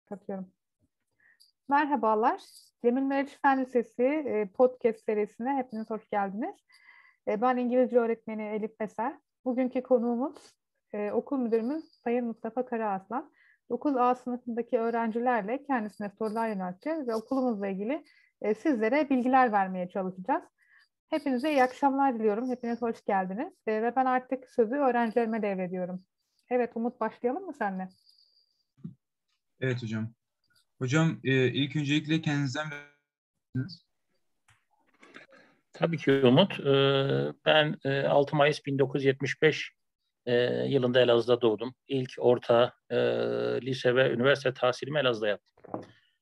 Katıyorum. Merhabalar. Cemil Meriç Fen Lisesi podcast serisine hepiniz hoş geldiniz. Ben İngilizce öğretmeni Elif Eser. Bugünkü konuğumuz okul müdürümüz Sayın Mustafa Karaaslan. 9A sınıfındaki öğrencilerle kendisine sorular yönelteceğiz ve okulumuzla ilgili sizlere bilgiler vermeye çalışacağız. Hepinize iyi akşamlar diliyorum. Hepiniz hoş geldiniz. Ve ben artık sözü öğrencilerime devrediyorum. Evet Umut, başlayalım mı seninle? Evet hocam. Hocam ilk öncelikle kendinizden verirsiniz. Tabii ki Umut. Ben 6 Mayıs 1975 yılında Elazığ'da doğdum. İlk orta, lise ve üniversite tahsilimi Elazığ'da yaptım.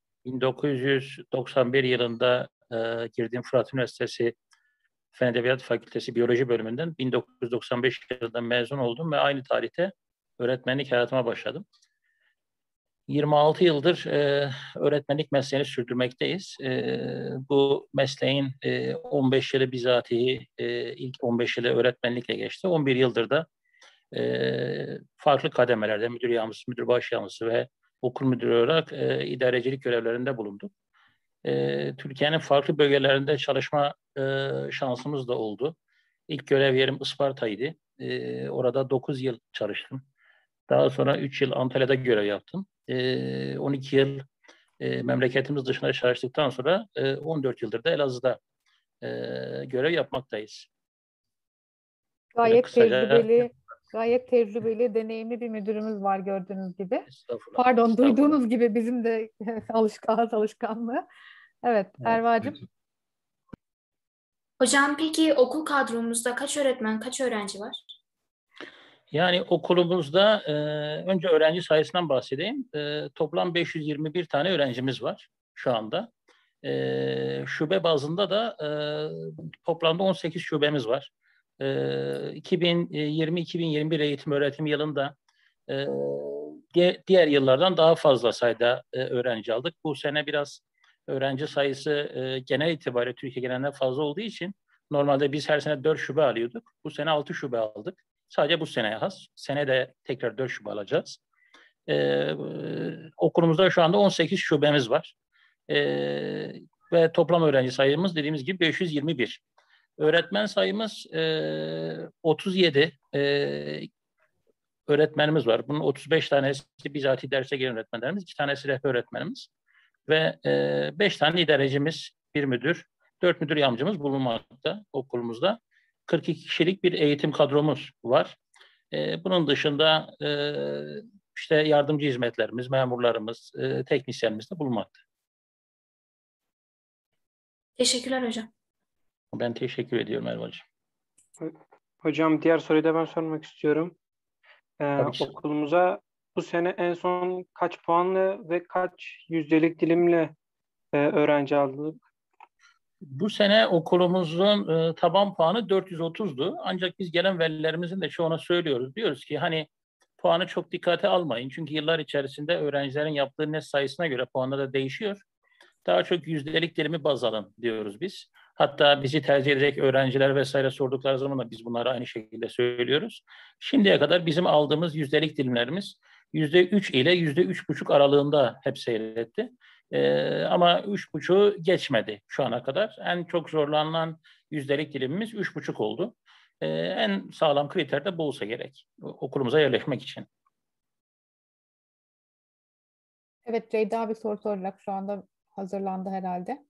1991 yılında girdiğim Fırat Üniversitesi Fen Edebiyat Fakültesi Biyoloji bölümünden 1995 yılında mezun oldum ve aynı tarihte öğretmenlik hayatıma başladım. 26 yıldır öğretmenlik mesleğini sürdürmekteyiz. Bu mesleğin 15 yılı bizatihi ilk 15 yılı öğretmenlikle geçti. 11 yıldır da farklı kademelerde müdür yardımcısı, müdür baş yardımcısı ve okul müdürü olarak idarecilik görevlerinde bulunduk. Türkiye'nin farklı bölgelerinde çalışma şansımız da oldu. İlk görev yerim Isparta'ydı. Orada 9 yıl çalıştım. Daha sonra 3 yıl Antalya'da görev yaptım. 12 yıl memleketimiz dışında çalıştıktan sonra 14 yıldır da Elazığ'da görev yapmaktayız. Gayet tecrübeli, deneyimli bir müdürümüz var gördüğünüz gibi. Pardon, duyduğunuz gibi bizim de ağız alışkanlığı. Evet, Erva'cığım. Hocam peki okul kadromuzda kaç öğretmen, kaç öğrenci var? Yani okulumuzda önce öğrenci sayısından bahsedeyim. Toplam 521 tane öğrencimiz var şu anda. Şube bazında da toplamda 18 şubemiz var. 2020-2021 eğitim öğretim yılında diğer yıllardan daha fazla sayıda öğrenci aldık. Bu sene biraz öğrenci sayısı genel itibariyle Türkiye genelinde fazla olduğu için normalde biz her sene 4 şube alıyorduk. Bu sene 6 şube aldık. Sadece bu seneye has. Sene de tekrar 4 şube alacağız. Okulumuzda şu anda 18 şubemiz var. Ve toplam öğrenci sayımız dediğimiz gibi 521. Öğretmen sayımız 37 öğretmenimiz var. Bunun 35 tanesi bizatihi derse giren öğretmenlerimiz, 2 tanesi rehber öğretmenimiz ve 5 tane idarecimiz, 1 müdür, 4 müdür yardımcımız bulunmakta okulumuzda. 42 kişilik bir eğitim kadromuz var. Bunun dışında işte yardımcı hizmetlerimiz, memurlarımız, teknisyenimiz de bulunmakta. Teşekkürler hocam. Ben teşekkür ediyorum Erva'cığım. Hocam diğer soruyu da ben sormak istiyorum. Okulumuza bu sene en son kaç puanlı ve kaç yüzdelik dilimle öğrenci aldık? Bu sene okulumuzun taban puanı 430'du. Ancak biz gelen velilerimizin de çoğuna söylüyoruz. Diyoruz ki hani puanı çok dikkate almayın. Çünkü yıllar içerisinde öğrencilerin yaptığı net sayısına göre puanları da değişiyor. Daha çok yüzdelik dilimi baz alın diyoruz biz. Hatta bizi tercih edecek öğrenciler vesaire sordukları zaman da biz bunları aynı şekilde söylüyoruz. Şimdiye kadar bizim aldığımız yüzdelik dilimlerimiz %3 ile %3,5 aralığında hep seyretti. Ama 3,5'u geçmedi şu ana kadar. En çok zorlanılan yüzdelik dilimimiz 3,5 oldu. En sağlam kriter de bu olsa gerek okulumuza yerleşmek için. Evet, Ceyda bir soru soracak. Şu anda hazırlandı herhalde.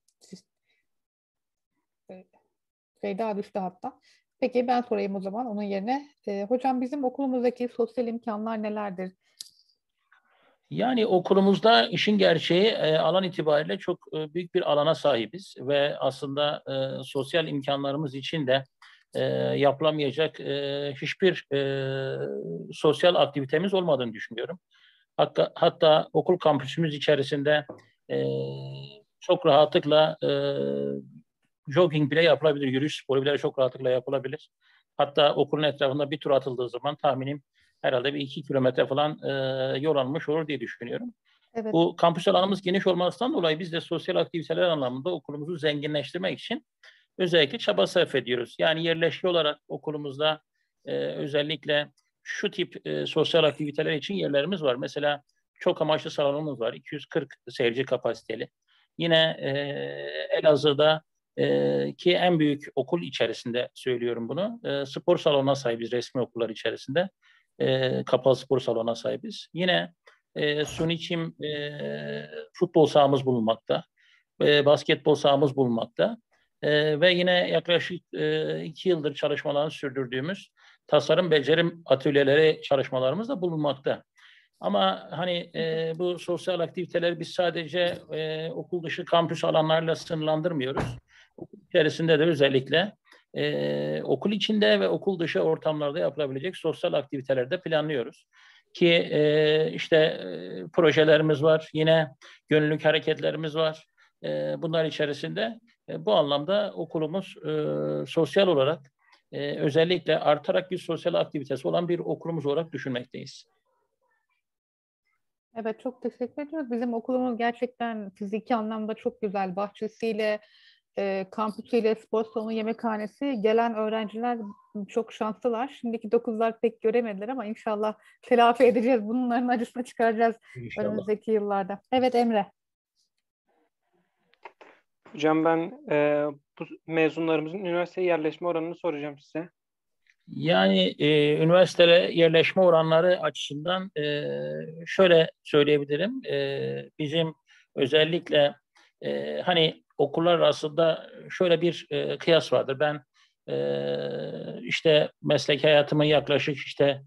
Ceyda düştü hatta. Peki ben sorayım o zaman onun yerine. Hocam bizim okulumuzdaki sosyal imkanlar nelerdir? Yani okulumuzda işin gerçeği alan itibariyle çok büyük bir alana sahibiz ve aslında sosyal imkanlarımız için de yapılamayacak hiçbir sosyal aktivitemiz olmadığını düşünüyorum. Hatta okul kampüsümüz içerisinde çok rahatlıkla jogging bile yapılabilir, yürüyüş sporu bile çok rahatlıkla yapılabilir. Hatta okulun etrafında bir tur atıldığı zaman tahminim herhalde bir 2 kilometre falan yol almış olur diye düşünüyorum. Evet. Bu kampüs alanımız geniş olmasından dolayı biz de sosyal aktiviteler anlamında okulumuzu zenginleştirmek için özellikle çaba sarf ediyoruz. Yani yerleşke olarak okulumuzda özellikle şu tip sosyal aktiviteler için yerlerimiz var. Mesela çok amaçlı salonumuz var. 240 seyirci kapasiteli. Yine Elazığ'da ki en büyük okul içerisinde söylüyorum bunu. Spor salonuna sahibiz resmi okullar içerisinde. Kapalı spor salonuna sahibiz. Yine suni çim futbol sahamız bulunmakta. Basketbol sahamız bulunmakta. Ve yine yaklaşık 2 yıldır çalışmalarını sürdürdüğümüz tasarım becerim atölyeleri çalışmalarımız da bulunmakta. Ama hani bu sosyal aktiviteleri biz sadece okul dışı kampüs alanlarla sınırlandırmıyoruz. Okul içerisinde de özellikle okul içinde ve okul dışı ortamlarda yapılabilecek sosyal aktiviteleri de planlıyoruz. Ki projelerimiz var, yine gönüllülük hareketlerimiz var. Bunlar içerisinde bu anlamda okulumuz sosyal olarak özellikle artarak bir sosyal aktivitesi olan bir okulumuz olarak düşünmekteyiz. Evet, çok teşekkür ediyoruz. Bizim okulumuz gerçekten fiziki anlamda çok güzel. Bahçesiyle, kampüsüyle, spor salonu, yemekhanesi. Gelen öğrenciler çok şanslılar. Şimdiki 9'lar pek göremediler ama inşallah telafi edeceğiz. Bunların acısını çıkaracağız İnşallah. önümüzdeki yıllarda. Evet Emre. Hocam ben bu mezunlarımızın üniversiteye yerleşme oranını soracağım size. Yani üniversitelere yerleşme oranları açısından şöyle söyleyebilirim. Bizim özellikle hani okullar arasında şöyle bir kıyas vardır. Ben meslek hayatımın yaklaşık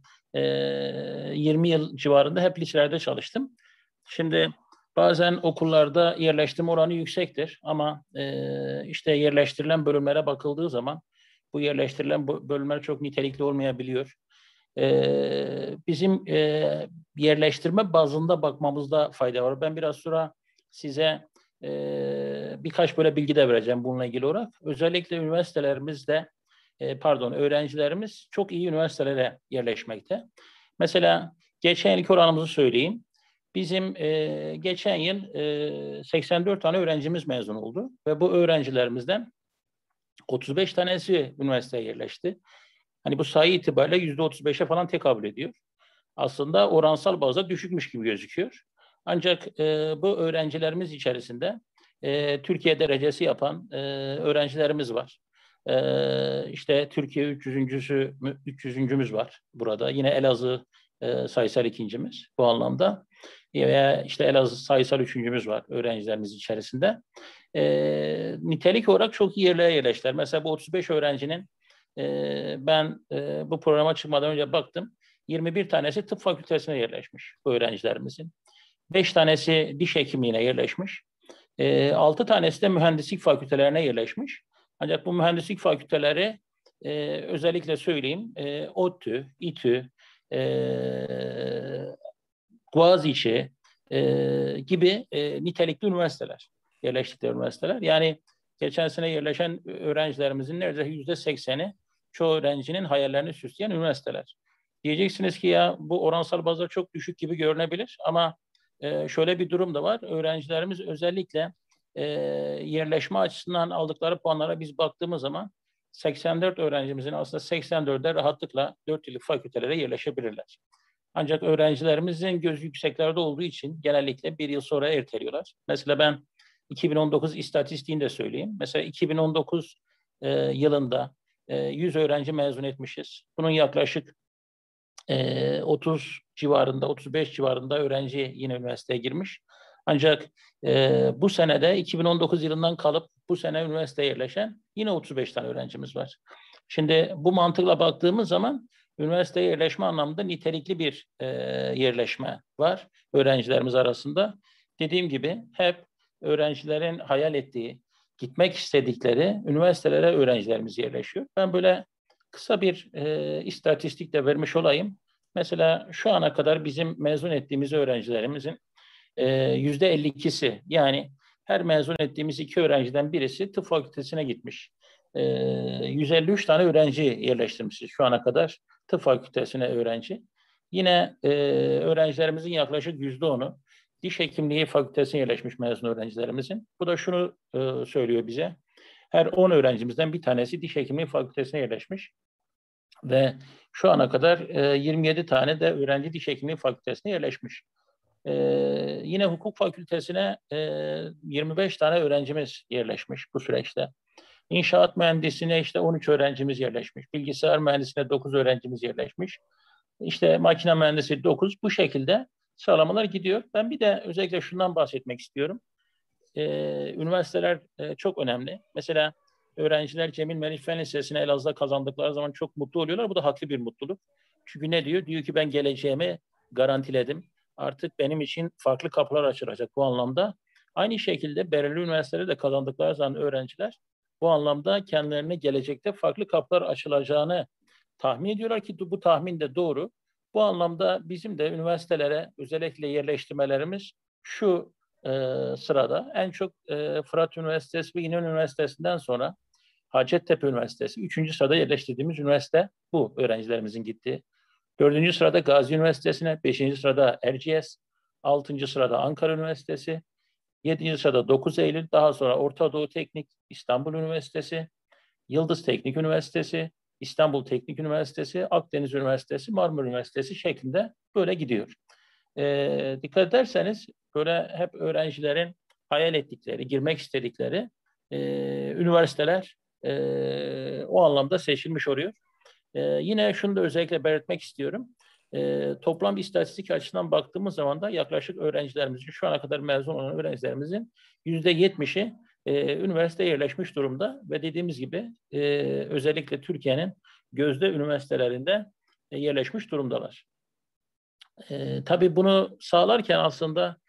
20 yıl civarında hep liselerde çalıştım. Şimdi bazen okullarda yerleştirme oranı yüksektir ama yerleştirilen bölümlere bakıldığı zaman bu yerleştirilen bölümler çok nitelikli olmayabiliyor. Bizim yerleştirme bazında bakmamızda fayda var. Ben biraz sonra size birkaç böyle bilgi de vereceğim bununla ilgili olarak. Özellikle üniversitelerimizde, öğrencilerimiz çok iyi üniversitelere yerleşmekte. Mesela geçen yılki oranımızı söyleyeyim. Bizim geçen yıl 84 tane öğrencimiz mezun oldu ve bu öğrencilerimizden 35 tanesi üniversiteye yerleşti. Hani bu sayı itibariyle %35'e falan tekabül ediyor. Aslında oransal bazda düşükmüş gibi gözüküyor. Ancak bu öğrencilerimiz içerisinde Türkiye derecesi yapan öğrencilerimiz var. Türkiye 300'üncümüz var burada. Yine Elazığ sayısal ikincimiz bu anlamda. Veya Elazığ sayısal üçüncümüz var öğrencilerimiz içerisinde. Nitelik olarak çok iyi yerlere yerleştiler. Mesela bu 35 öğrencinin ben bu programa çıkmadan önce baktım. 21 tanesi tıp fakültesine yerleşmiş bu öğrencilerimizin. 5 tanesi diş hekimliğine yerleşmiş. 6 tanesi de mühendislik fakültelerine yerleşmiş. Ancak bu mühendislik fakülteleri özellikle söyleyeyim ODTÜ, İTÜ, Boğaziçi gibi nitelikli üniversiteler, yerleştikleri üniversiteler. Yani geçen sene yerleşen öğrencilerimizin neredeyse %80'i çoğu öğrencinin hayallerini süsleyen üniversiteler. Diyeceksiniz ki ya bu oransal bazda çok düşük gibi görünebilir ama şöyle bir durum da var. Öğrencilerimiz özellikle yerleşme açısından aldıkları puanlara biz baktığımız zaman 84 öğrencimizin aslında 84'de rahatlıkla 4 yıllık fakültelere yerleşebilirler. Ancak öğrencilerimizin gözü yükseklerde olduğu için genellikle bir yıl sonra erteliyorlar. Mesela ben 2019 istatistiğini de söyleyeyim. Mesela 2019 yılında 100 öğrenci mezun etmişiz. Bunun yaklaşık 30 civarında, 35 civarında öğrenci yine üniversiteye girmiş. Ancak bu senede 2019 yılından kalıp bu sene üniversiteye yerleşen yine 35 tane öğrencimiz var. Şimdi bu mantıkla baktığımız zaman üniversiteye yerleşme anlamında nitelikli bir yerleşme var öğrencilerimiz arasında. Dediğim gibi hep öğrencilerin hayal ettiği, gitmek istedikleri üniversitelere öğrencilerimiz yerleşiyor. Ben böyle kısa bir istatistik de vermiş olayım. Mesela şu ana kadar bizim mezun ettiğimiz öğrencilerimizin %52'si, yani her mezun ettiğimiz 2 öğrenciden birisi tıp fakültesine gitmiş. 153 tane öğrenci yerleştirmişiz şu ana kadar tıp fakültesine öğrenci. Yine öğrencilerimizin yaklaşık %10'u diş hekimliği fakültesine yerleşmiş mezun öğrencilerimizin. Bu da şunu söylüyor bize. Her 10 öğrencimizden bir tanesi diş hekimliği fakültesine yerleşmiş. Ve şu ana kadar 27 tane de öğrenci diş hekimliği fakültesine yerleşmiş. Yine hukuk fakültesine 25 tane öğrencimiz yerleşmiş bu süreçte. İnşaat mühendisliğine işte 13 öğrencimiz yerleşmiş. Bilgisayar mühendisliğine 9 öğrencimiz yerleşmiş. İşte makine mühendisi 9. Bu şekilde sıralamalar gidiyor. Ben bir de özellikle şundan bahsetmek istiyorum. Üniversiteler çok önemli. Mesela öğrenciler Cemil Meriç Fen Lisesi'ne Elazığ'da kazandıkları zaman çok mutlu oluyorlar. Bu da haklı bir mutluluk. Çünkü ne diyor? Diyor ki ben geleceğimi garantiledim. Artık benim için farklı kapılar açılacak bu anlamda. Aynı şekilde belirli üniversitelerde de kazandıkları zaman öğrenciler bu anlamda kendilerine gelecekte farklı kapılar açılacağını tahmin ediyorlar ki bu tahmin de doğru. Bu anlamda bizim de üniversitelere özellikle yerleştirmelerimiz şu sırada en çok Fırat Üniversitesi ve İnönü Üniversitesi'nden sonra Hacettepe Üniversitesi 3. sırada yerleştirdiğimiz üniversite bu öğrencilerimizin gittiği. 4. sırada Gazi Üniversitesi'ne, 5. sırada Erciyes, 6. sırada Ankara Üniversitesi, 7. sırada 9 Eylül, daha sonra Orta Doğu Teknik, İstanbul Üniversitesi, Yıldız Teknik Üniversitesi, İstanbul Teknik Üniversitesi, Akdeniz Üniversitesi, Marmara Üniversitesi şeklinde böyle gidiyor. Dikkat ederseniz böyle hep öğrencilerin hayal ettikleri, girmek istedikleri üniversiteler o anlamda seçilmiş oluyor. Yine şunu da özellikle belirtmek istiyorum. Toplam istatistik açısından baktığımız zaman da yaklaşık öğrencilerimizin, şu ana kadar mezun olan öğrencilerimizin %70'i üniversiteye yerleşmiş durumda ve dediğimiz gibi özellikle Türkiye'nin gözde üniversitelerinde yerleşmiş durumdalar. Tabii bunu sağlarken aslında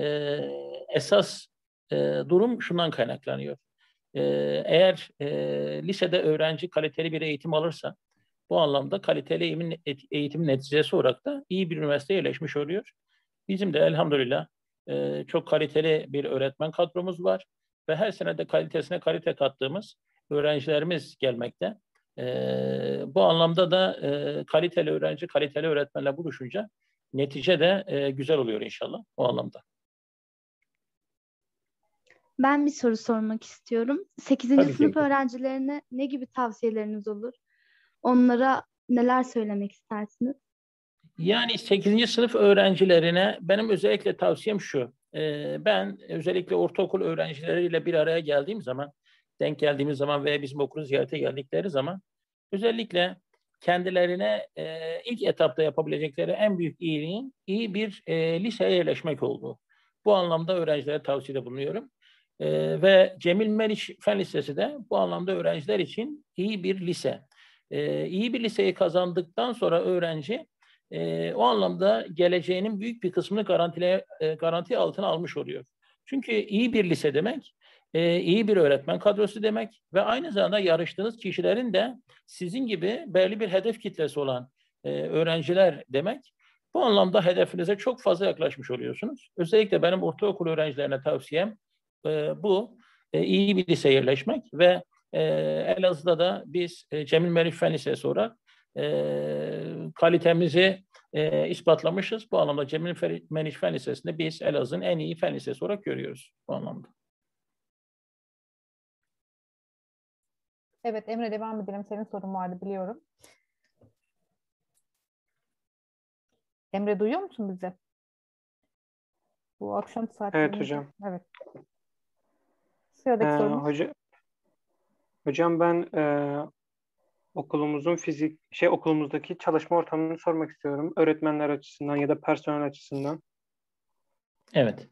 esas durum şundan kaynaklanıyor. Eğer lisede öğrenci kaliteli bir eğitim alırsa, bu anlamda kaliteli eğitimin neticesi olarak da iyi bir üniversiteye yerleşmiş oluyor. Bizim de elhamdülillah çok kaliteli bir öğretmen kadromuz var ve her sene de kalitesine kalite kattığımız öğrencilerimiz gelmekte. Bu anlamda da kaliteli öğrenci, kaliteli öğretmenle buluşunca netice de güzel oluyor inşallah o anlamda. Ben bir soru sormak istiyorum. 8. Tabii sınıf ki. öğrencilerine ne gibi tavsiyeleriniz olur? Onlara neler söylemek istersiniz? Yani 8. sınıf öğrencilerine benim özellikle tavsiyem şu. Ben özellikle ortaokul öğrencileriyle bir araya geldiğim zaman, denk geldiğimiz zaman veya bizim okulu ziyarete geldikleri zaman özellikle kendilerine ilk etapta yapabilecekleri en büyük iyiliğin iyi bir liseye yerleşmek olduğu. Bu anlamda öğrencilere tavsiyede bulunuyorum. Ve Cemil Meriç Fen Lisesi de bu anlamda öğrenciler için iyi bir lise. İyi bir liseyi kazandıktan sonra öğrenci o anlamda geleceğinin büyük bir kısmını garanti altına almış oluyor. Çünkü iyi bir lise demek, iyi bir öğretmen kadrosu demek ve aynı zamanda yarıştığınız kişilerin de sizin gibi belli bir hedef kitlesi olan öğrenciler demek. Bu anlamda hedefinize çok fazla yaklaşmış oluyorsunuz. Özellikle benim ortaokul öğrencilerine tavsiyem bu. İyi bir liseye yerleşmek ve Elazığ'da da biz Cemil Meriç Fen Lisesi olarak kalitemizi ispatlamışız. Bu anlamda Cemil Meriç Fen Lisesi'nde biz Elazığ'ın en iyi fen lisesi olarak görüyoruz bu anlamda. Evet Emre, devam edelim. Senin sorun vardı biliyorum. Emre, duyuyor musun bizi? Bu akşam saatlerinde. Evet hocam. Evet. Sıradaki sorumuz. Hocam ben okulumuzdaki çalışma ortamını sormak istiyorum. Öğretmenler açısından ya da personel açısından. Evet.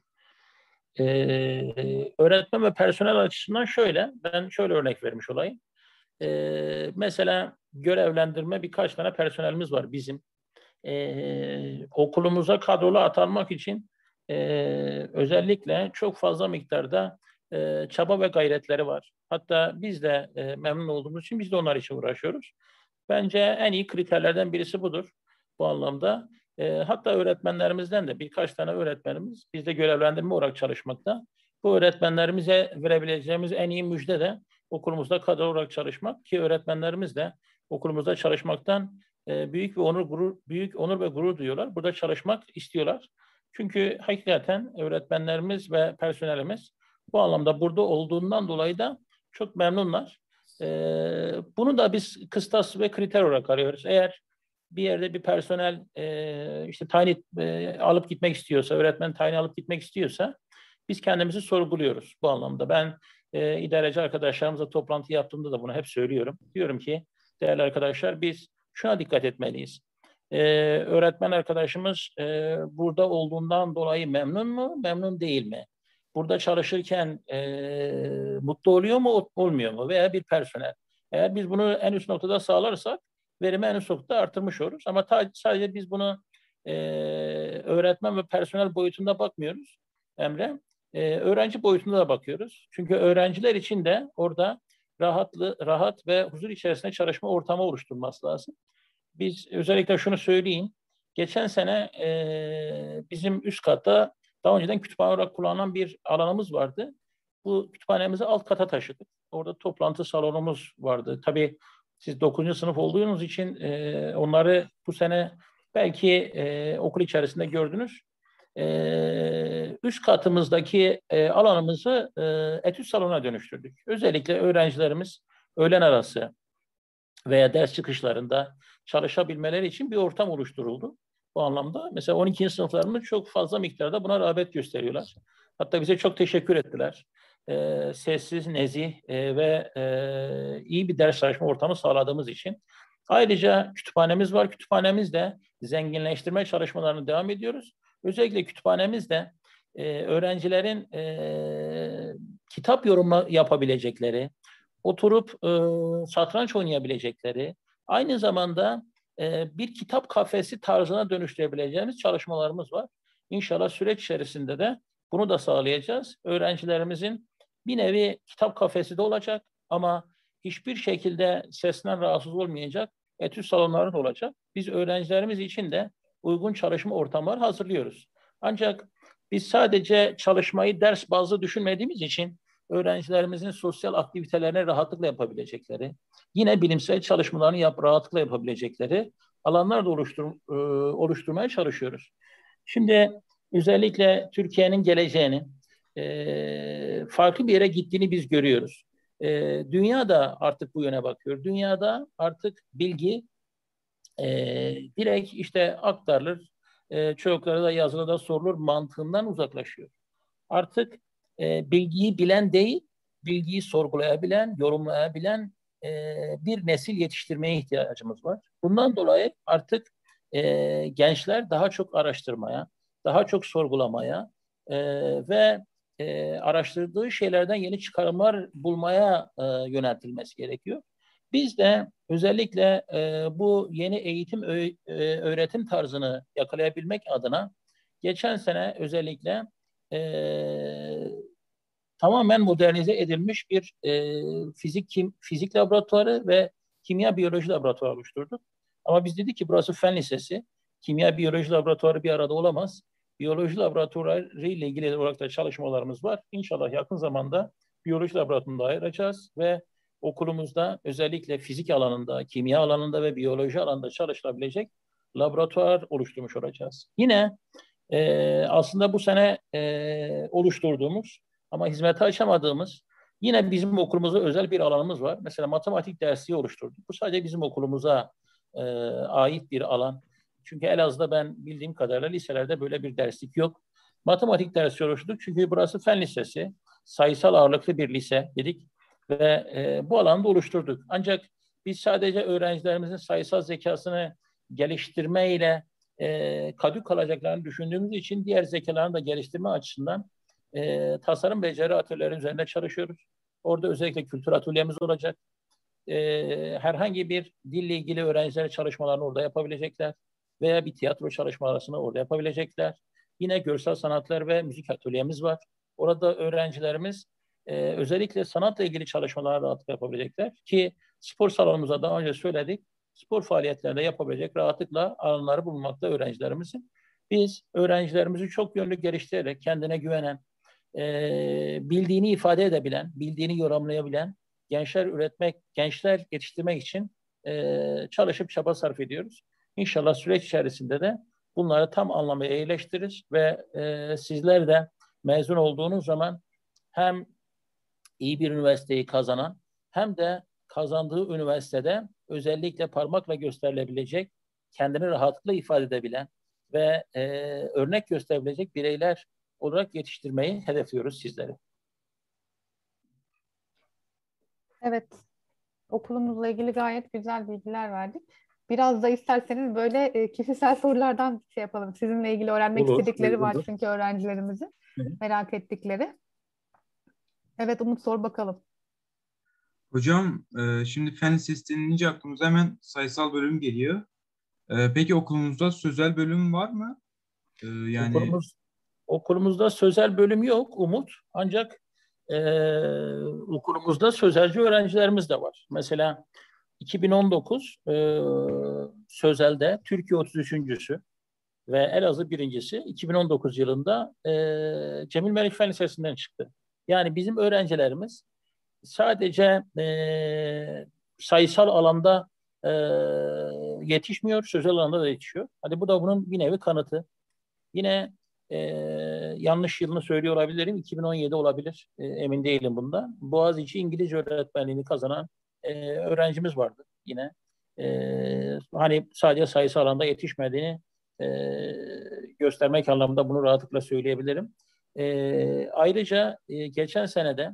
Öğretmen ve personel açısından ben şöyle örnek vermiş olayım. Mesela görevlendirme birkaç tane personelimiz var bizim. Okulumuza kadrolu atanmak için özellikle çok fazla miktarda çaba ve gayretleri var. Hatta biz de memnun olduğumuz için biz de onlar için uğraşıyoruz. Bence en iyi kriterlerden birisi budur bu anlamda. Hatta öğretmenlerimizden de birkaç tane öğretmenimiz bizde görevlendirme olarak çalışmakta. Bu öğretmenlerimize verebileceğimiz en iyi müjde de okulumuzda kadro olarak çalışmak ki öğretmenlerimiz de okulumuzda çalışmaktan büyük onur ve gurur duyuyorlar. Burada çalışmak istiyorlar. Çünkü hakikaten öğretmenlerimiz ve personelimiz bu anlamda burada olduğundan dolayı da çok memnunlar. Bunu da biz kıstas ve kriter olarak arıyoruz. Eğer bir yerde bir personel işte tayin alıp gitmek istiyorsa, öğretmen tayini alıp gitmek istiyorsa biz kendimizi sorguluyoruz bu anlamda. Ben idareci arkadaşlarımızla toplantı yaptığımda da bunu hep söylüyorum. Diyorum ki değerli arkadaşlar biz şuna dikkat etmeliyiz. Öğretmen arkadaşımız burada olduğundan dolayı memnun mu, memnun değil mi? Burada çalışırken mutlu oluyor mu, olmuyor mu? Veya bir personel. Eğer biz bunu en üst noktada sağlarsak verimi en üst noktada artırmış oluruz. Ama sadece biz bunu öğretmen ve personel boyutunda bakmıyoruz Emre. Öğrenci boyutunda da bakıyoruz. Çünkü öğrenciler için de orada rahat ve huzur içerisinde çalışma ortamı oluşturulması lazım. Biz özellikle şunu söyleyeyim. Geçen sene bizim üst katta daha önceden kütüphane olarak kullanılan bir alanımız vardı. Bu kütüphanemizi alt kata taşıdık. Orada toplantı salonumuz vardı. Tabii siz 9. sınıf olduğunuz için onları bu sene belki okul içerisinde gördünüz. Üst katımızdaki alanımızı etüt salonuna dönüştürdük. Özellikle öğrencilerimiz öğlen arası veya ders çıkışlarında çalışabilmeleri için bir ortam oluşturuldu. Bu anlamda mesela 12. sınıflarımız çok fazla miktarda buna rağbet gösteriyorlar. Hatta bize çok teşekkür ettiler. Sessiz, nezih ve iyi bir ders çalışma ortamı sağladığımız için. Ayrıca kütüphanemiz var. Kütüphanemizde zenginleştirme çalışmalarını devam ediyoruz. Özellikle kütüphanemizde öğrencilerin kitap yorumu yapabilecekleri, oturup satranç oynayabilecekleri, aynı zamanda bir kitap kafesi tarzına dönüştürebileceğimiz çalışmalarımız var. İnşallah süreç içerisinde de bunu da sağlayacağız. Öğrencilerimizin bir nevi kitap kafesi de olacak ama hiçbir şekilde sesten rahatsız olmayacak etüt salonları da olacak. Biz öğrencilerimiz için de uygun çalışma ortamları hazırlıyoruz. Ancak biz sadece çalışmayı ders bazlı düşünmediğimiz için öğrencilerimizin sosyal aktivitelerini rahatlıkla yapabilecekleri, yine bilimsel çalışmalarını rahatlıkla yapabilecekleri alanlar da oluşturmaya çalışıyoruz. Şimdi özellikle Türkiye'nin geleceğini, farklı bir yere gittiğini biz görüyoruz. Dünya da artık bu yöne bakıyor. Dünyada artık bilgi direkt işte aktarılır, çocuklara da yazılı da sorulur mantığından uzaklaşıyor. Artık bilgiyi bilen değil, bilgiyi sorgulayabilen, yorumlayabilen bir nesil yetiştirmeye ihtiyacımız var. Bundan dolayı artık gençler daha çok araştırmaya, daha çok sorgulamaya ve araştırdığı şeylerden yeni çıkarımlar bulmaya yöneltilmesi gerekiyor. Biz de özellikle bu yeni eğitim öğretim tarzını yakalayabilmek adına geçen sene özellikle tamamen modernize edilmiş bir fizik laboratuvarı ve kimya biyoloji laboratuvarı oluşturduk. Ama biz dedik ki burası fen lisesi. Kimya biyoloji laboratuvarı bir arada olamaz. Biyoloji laboratuvarı ile ilgili olarak da çalışmalarımız var. İnşallah yakın zamanda biyoloji laboratuvarını da ayıracağız ve okulumuzda özellikle fizik alanında, kimya alanında ve biyoloji alanında çalışılabilecek laboratuvar oluşturmuş olacağız. Yine aslında bu sene oluşturduğumuz ama hizmete açamadığımız yine bizim okulumuzda özel bir alanımız var. Mesela matematik dersi oluşturduk. Bu sadece bizim okulumuza ait bir alan. Çünkü Elazığ'da ben bildiğim kadarıyla liselerde böyle bir derslik yok. Matematik dersi oluşturduk çünkü burası fen lisesi. Sayısal ağırlıklı bir lise dedik ve bu alanda oluşturduk. Ancak biz sadece öğrencilerimizin sayısal zekasını geliştirmeyle kadük kalacaklarını düşündüğümüz için diğer zekalarını da geliştirme açısından tasarım beceri atölyeleri üzerinde çalışıyoruz. Orada özellikle kültür atölyemiz olacak. Herhangi bir dille ilgili öğrenciler çalışmalarını orada yapabilecekler veya bir tiyatro çalışmalarını orada yapabilecekler. Yine görsel sanatlar ve müzik atölyemiz var. Orada öğrencilerimiz özellikle sanatla ilgili çalışmalar rahatlıkla yapabilecekler ki spor salonumuza daha önce söyledik. Spor faaliyetlerinde yapabilecek rahatlıkla alanları bulunmakta öğrencilerimizin. Biz öğrencilerimizi çok yönlü geliştirerek kendine güvenen, bildiğini ifade edebilen, bildiğini yorumlayabilen gençler yetiştirmek için çalışıp çaba sarf ediyoruz. İnşallah süreç içerisinde de bunları tam anlamda iyileştiririz ve sizler de mezun olduğunuz zaman hem iyi bir üniversiteyi kazanan hem de kazandığı üniversitede özellikle parmakla gösterilebilecek kendini rahatlıkla ifade edebilen ve örnek gösterebilecek bireyler olarak yetiştirmeyi hedefliyoruz sizleri. Evet, okulumuzla ilgili gayet güzel bilgiler verdik. Biraz da isterseniz böyle kişisel sorulardan şey yapalım. Sizinle ilgili öğrenmek Olur, istedikleri var uygundur. çünkü öğrencilerimizin Hı hı. merak ettikleri. Evet Umut, sor bakalım. Hocam şimdi fen lisesi denilince aklımıza hemen sayısal bölüm geliyor. Peki okulunuzda sözel bölüm var mı? Yani Okulumuzda sözel bölüm yok Umut. Ancak okulumuzda sözelci öğrencilerimiz de var. Mesela 2019 sözelde Türkiye 33.'sü ve Elazığ birincisi 2019 yılında Cemil Meriç Fen Lisesi'nden çıktı. Yani bizim öğrencilerimiz sadece sayısal alanda yetişmiyor, sözel alanda da yetişiyor. Hadi bu da bunun bir nevi kanıtı. Yine yanlış yılını söylüyor olabilirim. 2017 olabilir. Emin değilim bunda. Boğaziçi İngilizce öğretmenliğini kazanan öğrencimiz vardı yine. Hani sadece sayısal alanda yetişmediğini e, göstermek anlamında bunu rahatlıkla söyleyebilirim. Ayrıca geçen senede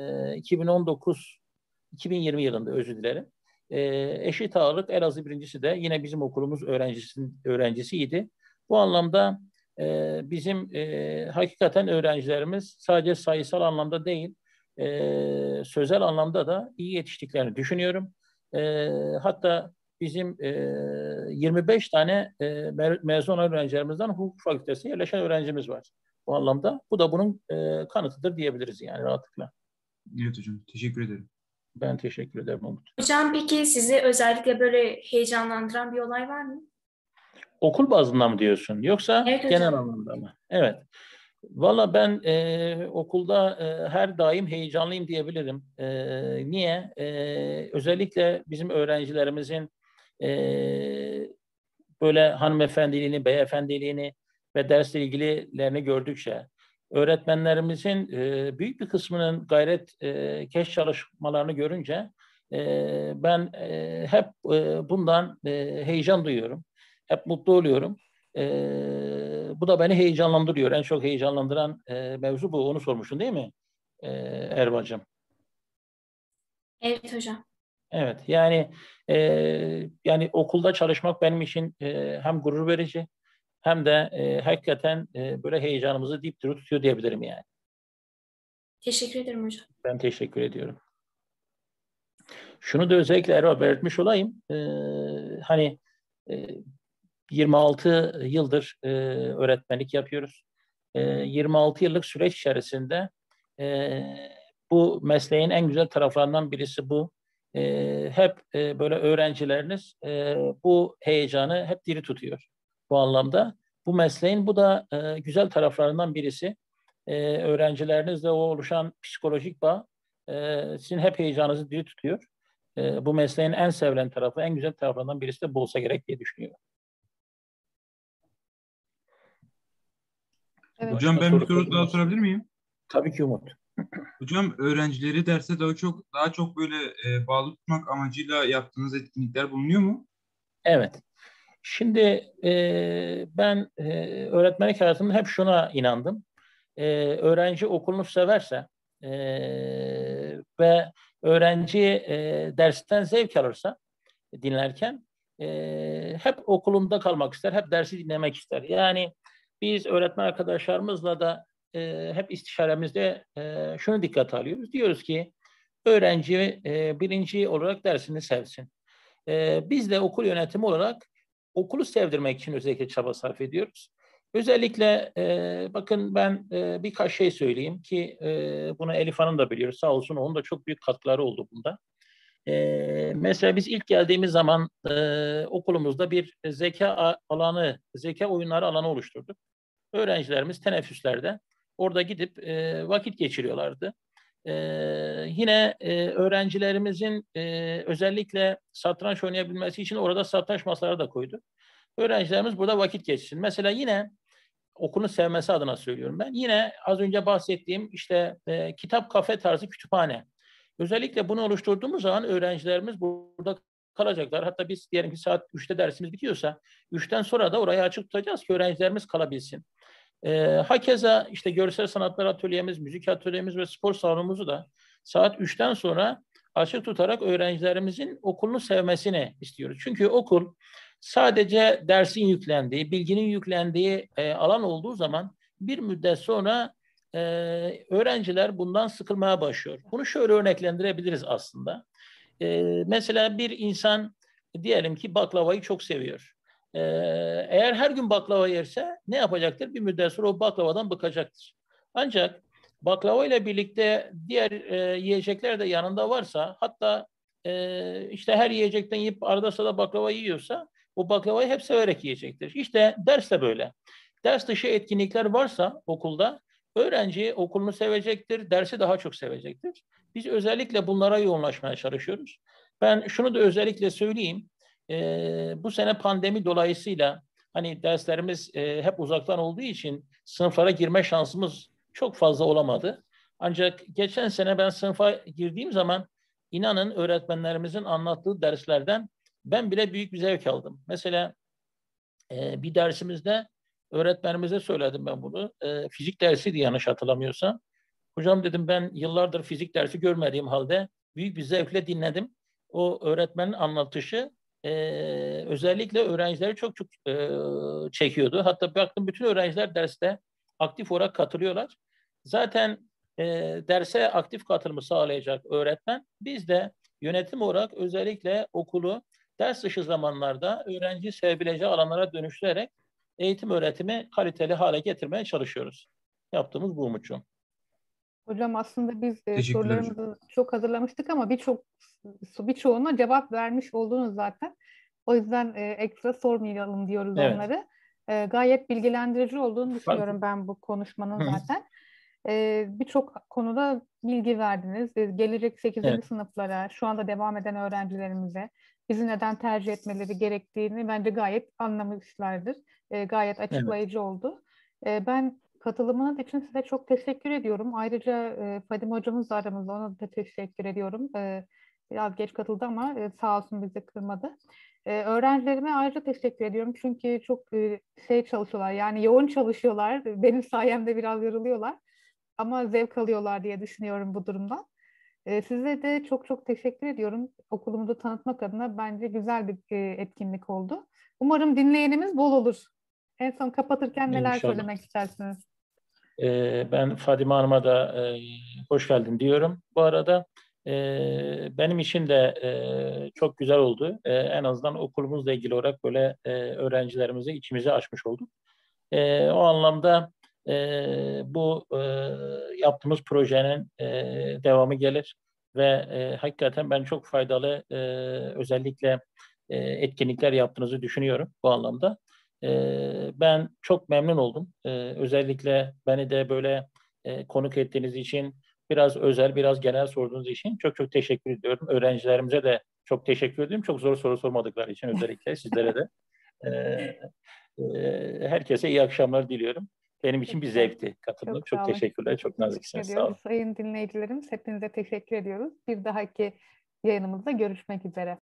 2019-2020 yılında özür dilerim. Eşit ağırlık Elazığ birincisi de yine bizim okulumuz öğrencisiydi. Bu anlamda bizim hakikaten öğrencilerimiz sadece sayısal anlamda değil, sözel anlamda da iyi yetiştiklerini düşünüyorum. Hatta bizim 25 tane mezun öğrencilerimizden hukuk fakültesine yerleşen öğrencimiz var. Bu anlamda bu da bunun kanıtıdır diyebiliriz yani rahatlıkla. evet hocam, teşekkür ederim. Ben teşekkür ederim Umut. Hocam peki sizi özellikle böyle heyecanlandıran bir olay var mı? Okul bazında mı diyorsun yoksa Evet genel hocam. anlamda mı? Evet. Valla ben okulda her daim heyecanlıyım diyebilirim. Niye? Özellikle bizim öğrencilerimizin böyle hanımefendiliğini, beyefendiliğini ve dersle ilgililerini gördükçe, öğretmenlerimizin büyük bir kısmının keş çalışmalarını görünce ben hep bundan heyecan duyuyorum. Hep mutlu oluyorum. Bu da beni heyecanlandırıyor. En çok heyecanlandıran mevzu bu. Onu sormuşsun değil mi Ervacığım? Evet hocam. Evet, yani okulda çalışmak benim için hem gurur verici hem de hakikaten böyle heyecanımızı dipdiri tutuyor diyebilirim yani. Teşekkür ederim hocam. Ben teşekkür ediyorum. Şunu da özellikle Erva belirtmiş olayım. Hani 26 yıldır öğretmenlik yapıyoruz. 26 yıllık süreç içerisinde bu mesleğin en güzel taraflarından birisi bu. Hep böyle öğrencileriniz bu heyecanı hep diri tutuyor bu anlamda. Bu mesleğin bu da güzel taraflarından birisi. Öğrencilerinizle o oluşan psikolojik bağ sizin hep heyecanınızı diri tutuyor. Bu mesleğin en sevilen tarafı, en güzel taraflarından birisi de bu olsa gerek diye düşünüyorum. Evet. Hocam ben bir soru daha sorabilir miyim? Tabii ki Umut. Hocam öğrencileri derse daha çok böyle bağlı tutmak amacıyla yaptığınız etkinlikler bulunuyor mu? Evet. Şimdi ben öğretmenlik hayatımda hep şuna inandım. Öğrenci okulunu severse ve öğrenci dersten zevk alırsa dinlerken hep okulunda kalmak ister, hep dersi dinlemek ister. Yani biz öğretmen arkadaşlarımızla da hep istişaremizde şunu dikkate alıyoruz. Diyoruz ki öğrenci birinci olarak dersini sevsin. Biz de okul yönetimi olarak okulu sevdirmek için özellikle çaba sarf ediyoruz. Özellikle bakın ben birkaç şey söyleyeyim ki bunu Elif Hanım da biliyor. Sağ olsun onun da çok büyük katkıları oldu bunda. Mesela biz ilk geldiğimiz zaman okulumuzda bir zeka oyunları alanı oluşturduk. Öğrencilerimiz teneffüslerde orada gidip vakit geçiriyorlardı. Yine öğrencilerimizin özellikle satranç oynayabilmesi için orada satranç masaları da koyduk. Öğrencilerimiz burada vakit geçsin. Mesela yine okulun sevmesi adına söylüyorum ben. Yine az önce bahsettiğim işte kitap kafe tarzı kütüphane. Özellikle bunu oluşturduğumuz zaman öğrencilerimiz burada kalacaklar. Hatta biz diyelim ki saat 3'te dersimiz bitiyorsa 3'ten sonra da orayı açık tutacağız ki öğrencilerimiz kalabilsin. Hakeza işte görsel sanatlar atölyemiz, müzik atölyemiz ve spor salonumuzu da saat 3'ten sonra açık tutarak öğrencilerimizin okulunu sevmesini istiyoruz. Çünkü okul sadece dersin yüklendiği, bilginin yüklendiği alan olduğu zaman bir müddet sonra öğrenciler bundan sıkılmaya başlıyor. Bunu şöyle örneklendirebiliriz aslında. Mesela bir insan diyelim ki baklavayı çok seviyor. Eğer her gün baklava yerse ne yapacaktır? Bir müddet sonra o baklavadan bıkacaktır. Ancak baklava ile birlikte diğer yiyecekler de yanında varsa, hatta işte her yiyecekten yiyip arada sırada baklava yiyorsa o baklavayı hep severek yiyecektir. İşte ders de böyle. Ders dışı etkinlikler varsa okulda öğrenci okulunu sevecektir, dersi daha çok sevecektir. Biz özellikle bunlara yoğunlaşmaya çalışıyoruz. Ben şunu da özellikle söyleyeyim. Bu sene pandemi dolayısıyla hani derslerimiz hep uzaktan olduğu için sınıflara girme şansımız çok fazla olamadı. Ancak geçen sene ben sınıfa girdiğim zaman inanın öğretmenlerimizin anlattığı derslerden ben bile büyük bir zevk aldım. Mesela bir dersimizde öğretmenimize söyledim ben bunu. Fizik dersiydi yanlış hatırlamıyorsam. Hocam dedim ben yıllardır fizik dersi görmediğim halde büyük bir zevkle dinledim. O öğretmenin anlatışı özellikle öğrencileri çok çekiyordu. Hatta baktım bütün öğrenciler derste aktif olarak katılıyorlar. Zaten derse aktif katılımı sağlayacak öğretmen, biz de yönetim olarak özellikle okulu ders dışı zamanlarda öğrenci sevebileceği alanlara dönüştürerek eğitim öğretimi kaliteli hale getirmeye çalışıyoruz. Yaptığımız bu Umut'cuğum. Hocam aslında biz Teşekkürler hocam. sorularımızı çok hazırlamıştık ama birçoğuna cevap vermiş oldunuz zaten. O yüzden ekstra sormayalım diyoruz Evet. onları. Gayet bilgilendirici olduğunu düşünüyorum ben bu konuşmanın zaten. Birçok konuda bilgi verdiniz. Gelecek 8. Evet. sınıflara, şu anda devam eden öğrencilerimize bizi neden tercih etmeleri gerektiğini bence gayet anlamışlardır. Gayet açıklayıcı oldu. Ben katılımınız için size çok teşekkür ediyorum. Ayrıca Fadime hocamız da aramızda, ona da teşekkür ediyorum. Biraz geç katıldı ama sağ olsun bizi kırmadı. Öğrencilerime ayrıca teşekkür ediyorum. Çünkü çok çalışıyorlar. Yani yoğun çalışıyorlar. Benim sayemde biraz yoruluyorlar. Ama zevk alıyorlar diye düşünüyorum bu durumdan. Size de çok çok teşekkür ediyorum. Okulumuzu tanıtmak adına bence güzel bir etkinlik oldu. Umarım dinleyenimiz bol olur. En son kapatırken neler İnşallah. söylemek istersiniz? Ben Fadime Hanım'a da hoş geldin diyorum. Bu arada benim için de çok güzel oldu. En azından okulumuzla ilgili olarak böyle öğrencilerimize içimizi açmış olduk. O anlamda bu yaptığımız projenin devamı gelir ve hakikaten ben çok faydalı özellikle etkinlikler yaptığınızı düşünüyorum bu anlamda. Ben çok memnun oldum. Özellikle beni de böyle konuk ettiğiniz için, biraz özel, biraz genel sorduğunuz için çok çok teşekkür ediyorum. Öğrencilerimize de çok teşekkür ediyorum. Çok zor soru sormadıkları için özellikle sizlere de. Herkese iyi akşamlar diliyorum. Benim için bir zevkti katılmak. Çok teşekkürler. Çok naziksiniz. Sağ olun. Sayın dinleyicilerimiz, hepinize teşekkür ediyoruz. Bir dahaki yayınımızda görüşmek üzere.